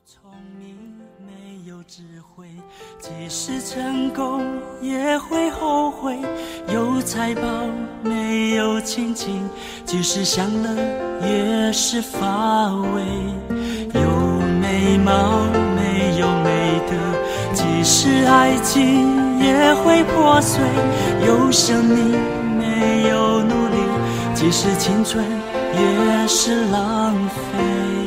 聪明没有智慧，即使成功也会后悔，有财宝没有亲情，即使享乐也是乏味，有美貌没有美德，即使爱情也会破碎，有生命没有努力，即使青春也是浪费。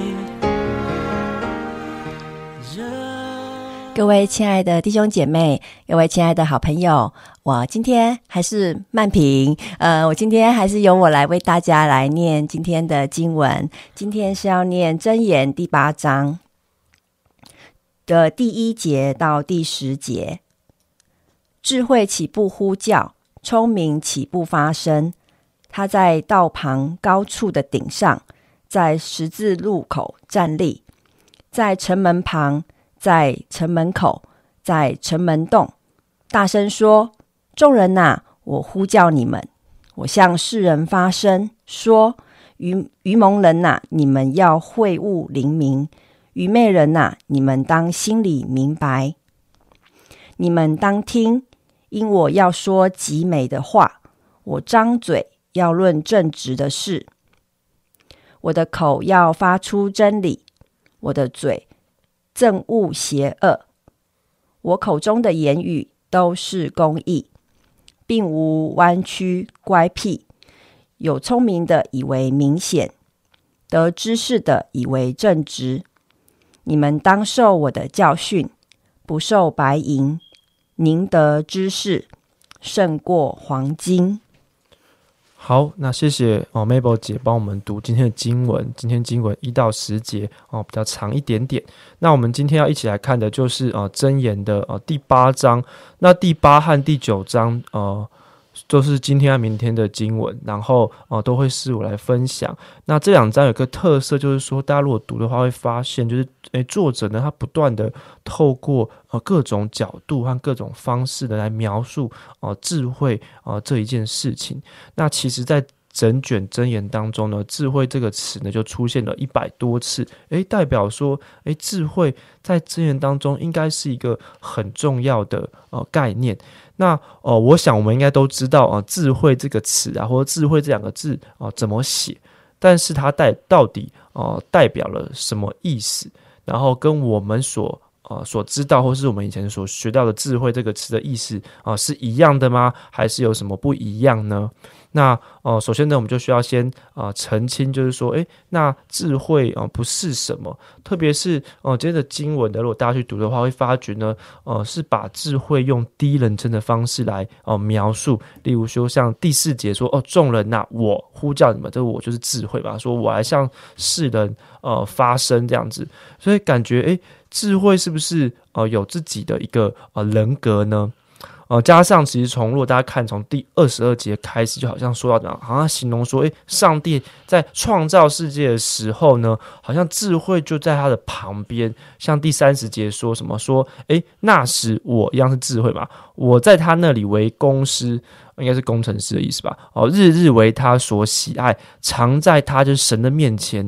各位亲爱的弟兄姐妹，各位亲爱的好朋友，我今天还是曼平，我今天还是由我来为大家来念今天的经文。今天是要念箴言第8章的第1节到第10节。智慧岂不呼叫，聪明岂不发声？他在道旁高处的顶上，在十字路口站立，在城门旁，在城门口，在城门洞，大声说：众人哪，我呼叫你们。我向世人发声，说：愚蒙人哪，你们要会悟灵明；愚昧人哪，你们当心里明白。你们当听，因我要说极美的话，我张嘴要论正直的事。我的口要发出真理，我的嘴憎恶邪恶。我口中的言语都是公义，并无弯曲乖僻。有聪明的以为明显，得知识的以为正直。你们当受我的教训，不受白银，宁得知识胜过黄金。 好，那谢谢Mabel 姐帮我们读今天的经文。今天经文1到10节比较长一点点。那我们今天要一起来看的就是箴言的第8章。那第8和第9章都是今天和明天的经文，然后都会是我来分享。那这2章有个特色，就是说大家如果读的话会发现，就是作者呢他不断的透过各种角度和各种方式的来描述智慧这一件事情。那其实在整卷箴言当中呢，智慧这个词呢就出现了100多次，代表说智慧在箴言当中应该是一个很重要的概念。那我想我们应该都知道智慧这个词啊，或者智慧这2个字怎么写，但是它到底代表了什么意思，然后跟我们所知道或是我们以前所学到的智慧这个词的意思是一样的吗？还是有什么不一样呢？那首先呢，我们就需要先澄清，就是说那智慧不是什么，特别是今天的经文的，如果大家去读的话，会发觉呢是把智慧用第一人称的方式来描述。例如说像第4节说众人哪，我呼叫你们，这个我就是智慧吧，说我来向世人发声这样子。所以感觉智慧是不是有自己的一个人格呢？加上其实如果大家看从第22节开始，就好像说到好像形容说上帝在创造世界的时候呢，好像智慧就在他的旁边。像第30节说什么说那时我一样是智慧嘛，我在他那里为工师，应该是工程师的意思吧。日日为他所喜爱，常在他就是神的面前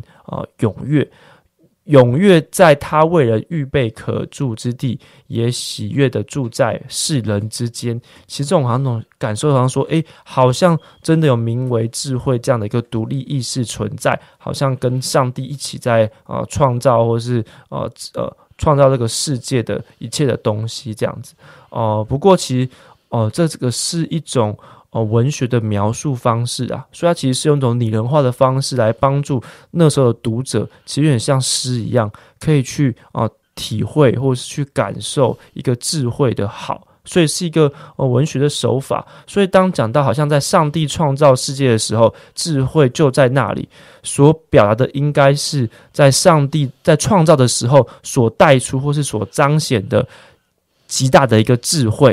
踊跃在他为人预备可住之地，也喜悦的住在世人之间。其实这种好像那种感受，好像说好像真的有名为智慧这样的一个独立意识存在，好像跟上帝一起在创造，或是创造这个世界的一切的东西这样子。不过其实这个是一种文学的描述方式啊，所以它其实是用一种拟人化的方式来帮助那时候的读者，其实有点像诗一样，可以去体会或是去感受一个智慧的好，所以是一个文学的手法。所以当讲到好像在上帝创造世界的时候，智慧就在那里，所表达的应该是在上帝在创造的时候所带出或是所彰显的极大的一个智慧。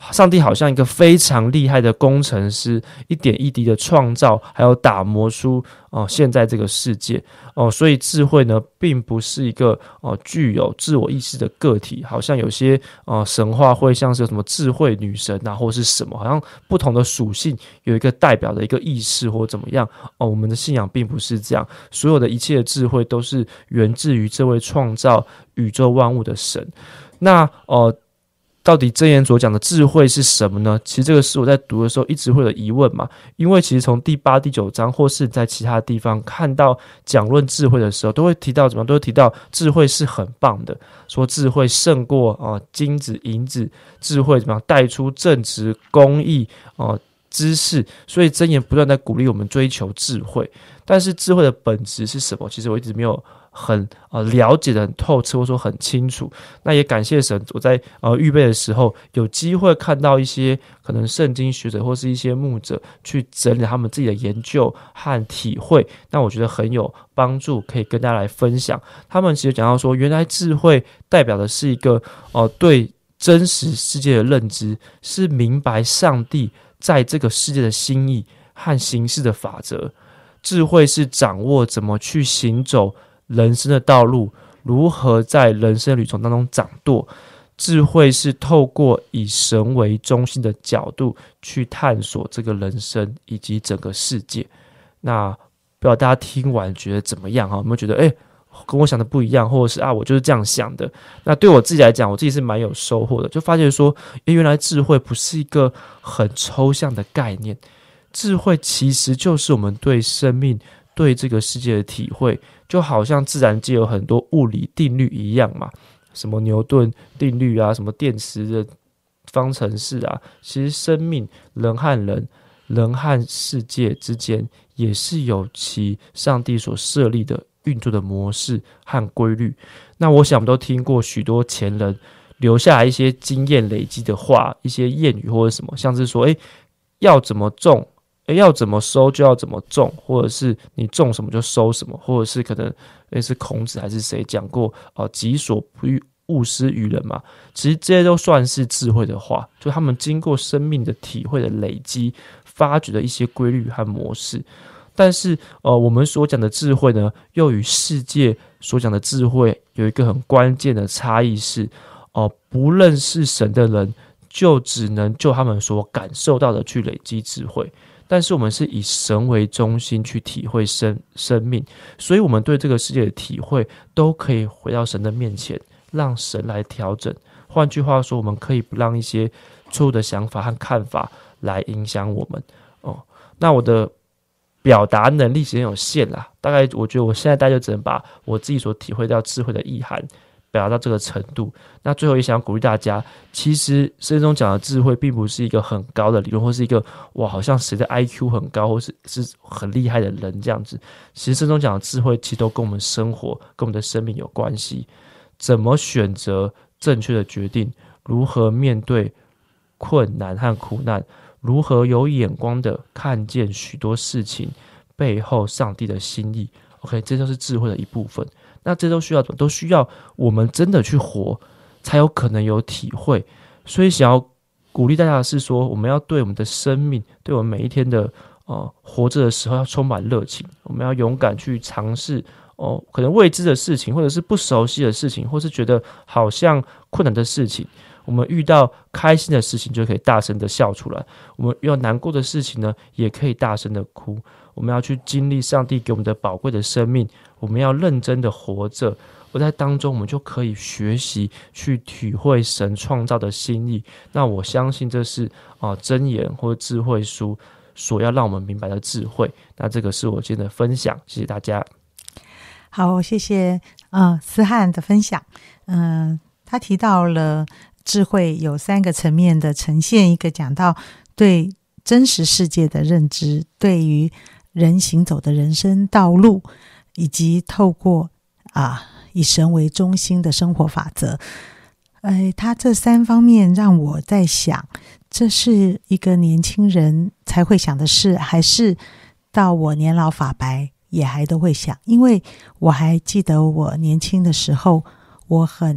上帝好像一个非常厉害的工程师，一点一滴的创造，还有打磨出现在这个世界所以智慧呢，并不是一个具有自我意识的个体，好像有些神话会像是有什么智慧女神啊，或是什么，好像不同的属性有一个代表的一个意识或怎么样我们的信仰并不是这样，所有的一切的智慧都是源自于这位创造宇宙万物的神。那到底箴言所讲的智慧是什么呢？其实这个是我在读的时候一直会有疑问嘛，因为其实从第8、第9章或是在其他地方看到讲论智慧的时候，都会提到怎么样，都会提到智慧是很棒的，说智慧胜过金子银子，智慧怎么样带出正直公义知识，所以箴言不断在鼓励我们追求智慧。但是智慧的本质是什么？其实我一直没有很了解的很透彻，或者说很清楚。那也感谢神，我在预备的时候有机会看到一些可能圣经学者或是一些牧者去整理他们自己的研究和体会，那我觉得很有帮助，可以跟大家来分享。他们其实讲到说，原来智慧代表的是一个对真实世界的认知，是明白上帝在这个世界的心意和行事的法则。智慧是掌握怎么去行走人生的道路，如何在人生旅程当中掌舵。智慧是透过以神为中心的角度去探索这个人生以及整个世界。那不知道大家听完觉得怎么样有没有觉得跟我想的不一样，或者是我就是这样想的。那对我自己来讲，我自己是蛮有收获的，就发现说原来智慧不是一个很抽象的概念，智慧其实就是我们对生命对这个世界的体会，就好像自然界有很多物理定律一样嘛，什么牛顿定律啊，什么电磁的方程式啊，其实生命人和世界之间也是有其上帝所设立的运作的模式和规律。那我想我们都听过许多前人留下来一些经验累积的话，一些谚语或者什么，像是说要怎么种要怎么收就要怎么种，或者是你种什么就收什么，或者是可能是孔子还是谁讲过己所不欲勿施于人嘛。其实这些都算是智慧的话，就他们经过生命的体会的累积，发掘的一些规律和模式。但是我们所讲的智慧呢，又与世界所讲的智慧有一个很关键的差异是不认识神的人就只能就他们所感受到的去累积智慧，但是我们是以神为中心去体会生命，所以我们对这个世界的体会都可以回到神的面前，让神来调整。换句话说，我们可以不让一些错误的想法和看法来影响我们那我的表达能力其实有限啦，大概我觉得我现在大概就只能把我自己所体会到智慧的意涵表达到这个程度。那最后也想鼓励大家，其实圣经中讲的智慧并不是一个很高的理论，或是一个好像谁的 IQ 很高或是很厉害的人这样子。其实圣经中讲的智慧其实都跟我们生活跟我们的生命有关系，怎么选择正确的决定，如何面对困难和苦难，如何有眼光的看见许多事情背后上帝的心意。 OK， 这就是智慧的一部分。那这都需要我们真的去活，才有可能有体会。所以想要鼓励大家的是说，我们要对我们的生命，对我们每一天的活着的时候要充满热情，我们要勇敢去尝试可能未知的事情，或者是不熟悉的事情，或是觉得好像困难的事情。我们遇到开心的事情就可以大声的笑出来，我们遇到难过的事情呢，也可以大声的哭。我们要去经历上帝给我们的宝贵的生命，我们要认真的活着，而在当中我们就可以学习去体会神创造的心意。那我相信这是箴言或智慧书所要让我们明白的智慧。那这个是我今天的分享，谢谢大家。 好，谢谢思翰的分享。他提到了智慧有3个层面的呈现，一个讲到对真实世界的认知，对于人行走的人生道路，以及透过以神为中心的生活法则。他这3方面让我在想，这是一个年轻人才会想的事，还是到我年老发白也还都会想？因为我还记得我年轻的时候，我很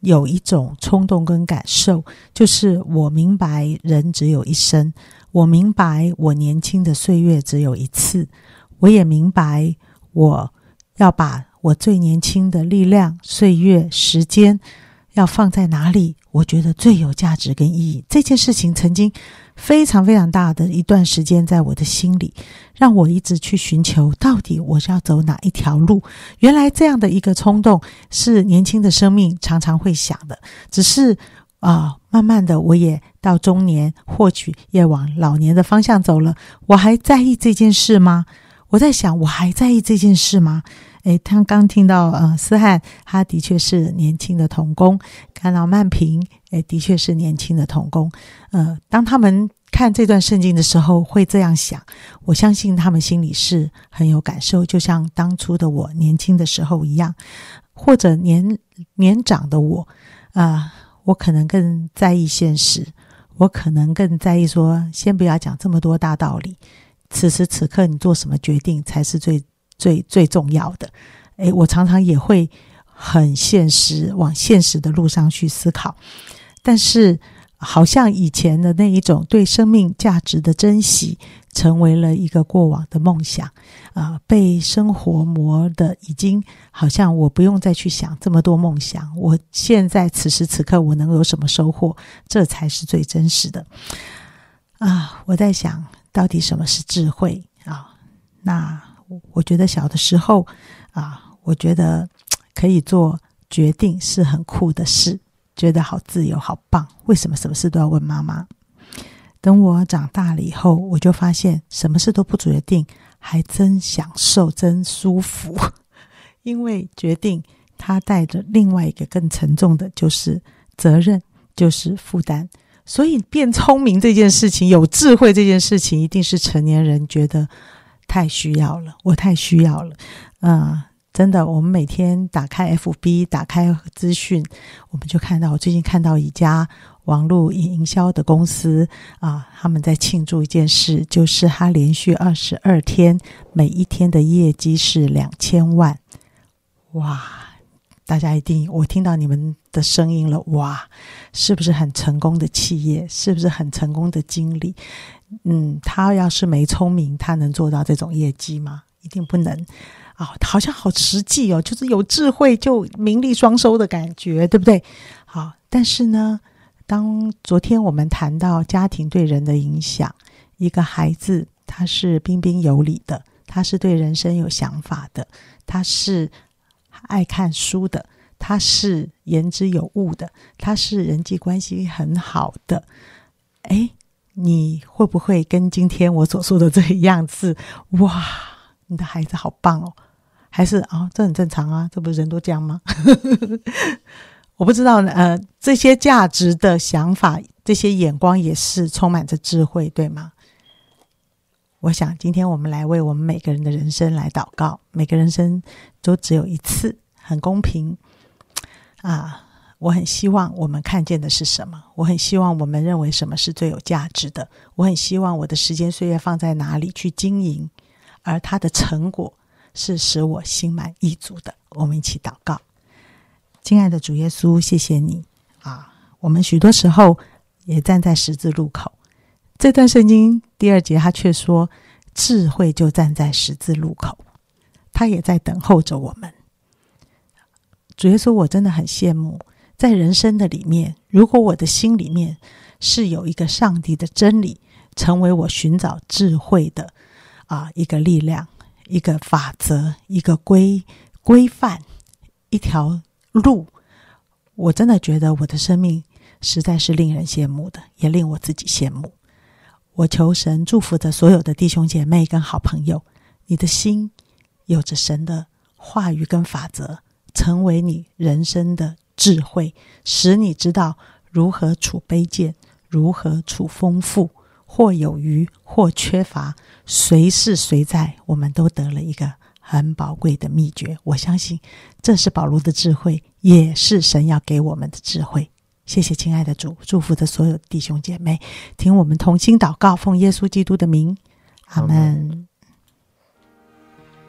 有一种冲动跟感受，就是我明白人只有一生，我明白我年轻的岁月只有一次，我也明白我要把我最年轻的力量、岁月、时间要放在哪里，我觉得最有价值跟意义。这件事情曾经非常非常大的一段时间在我的心里，让我一直去寻求到底我是要走哪一条路。原来这样的一个冲动是年轻的生命常常会想的，只是慢慢的我也到中年，或许也往老年的方向走了，我还在意这件事吗？我在想，我还在意这件事吗？他刚听到思翰，他的确是年轻的童工，看到曼平的确是年轻的童工。当他们看这段圣经的时候会这样想，我相信他们心里是很有感受，就像当初的我年轻的时候一样，或者年长的我我可能更在意现实，我可能更在意说先不要讲这么多大道理，此时此刻你做什么决定才是最重要的。我常常也会很现实，往现实的路上去思考，但是好像以前的那一种对生命价值的珍惜成为了一个过往的梦想被生活磨的已经好像我不用再去想这么多梦想，我现在此时此刻我能有什么收获，这才是最真实的我在想到底什么是智慧那我觉得小的时候我觉得可以做决定是很酷的事，觉得好自由好棒，为什么什么事都要问妈妈？等我长大了以后，我就发现什么事都不决定还真享受，真舒服。因为决定它带着另外一个更沉重的，就是责任，就是负担。所以变聪明这件事情，有智慧这件事情，一定是成年人觉得太需要了，我太需要了真的，我们每天打开 FB 打开资讯，我们就看到，我最近看到一家网络营销的公司他们在庆祝一件事，就是他连续22天每一天的业绩是2000万。哇，大家一定，我听到你们的声音了，哇，是不是很成功的企业，是不是很成功的经理？他要是没聪明，他能做到这种业绩吗？一定不能好像好实际就是有智慧就名利双收的感觉，对不对？好，但是呢，当昨天我们谈到家庭对人的影响，一个孩子他是彬彬有礼的，他是对人生有想法的，他是爱看书的，他是言之有物的，他是人际关系很好的。你会不会跟今天我所说的这样子？哇，你的孩子好棒还是这很正常啊，这不是人都这样吗？我不知道这些价值的想法，这些眼光也是充满着智慧，对吗？我想今天我们来为我们每个人的人生来祷告，每个人生都只有一次，很公平我很希望我们看见的是什么，我很希望我们认为什么是最有价值的，我很希望我的时间岁月放在哪里去经营，而它的成果是使我心满意足的。我们一起祷告。亲爱的主耶稣，谢谢你我们许多时候也站在十字路口，这段圣经第2节他却说智慧就站在十字路口，他也在等候着我们。主耶稣，我真的很羡慕在人生的里面，如果我的心里面是有一个上帝的真理，成为我寻找智慧的一个力量，一个法则，一个规范，一条路，我真的觉得我的生命实在是令人羡慕的，也令我自己羡慕。我求神祝福着所有的弟兄姐妹跟好朋友，你的心有着神的话语跟法则，成为你人生的智慧，使你知道如何处卑贱，如何处丰富，或有余或缺乏，随是随在，我们都得了一个很宝贵的秘诀。我相信这是保罗的智慧，也是神要给我们的智慧。谢谢亲爱的主，祝福的所有弟兄姐妹，听我们同心祷告，奉耶稣基督的名，阿们。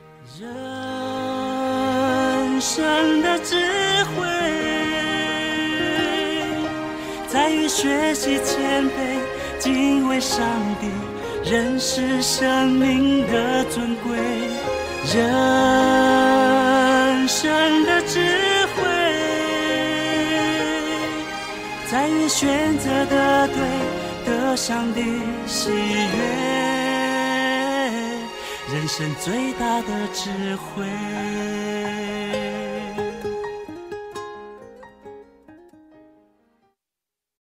人生的智慧在于学习谦卑，敬畏上帝，认识生命的尊贵，人生的智慧，在于选择的对，得上帝喜悦，人生最大的智慧。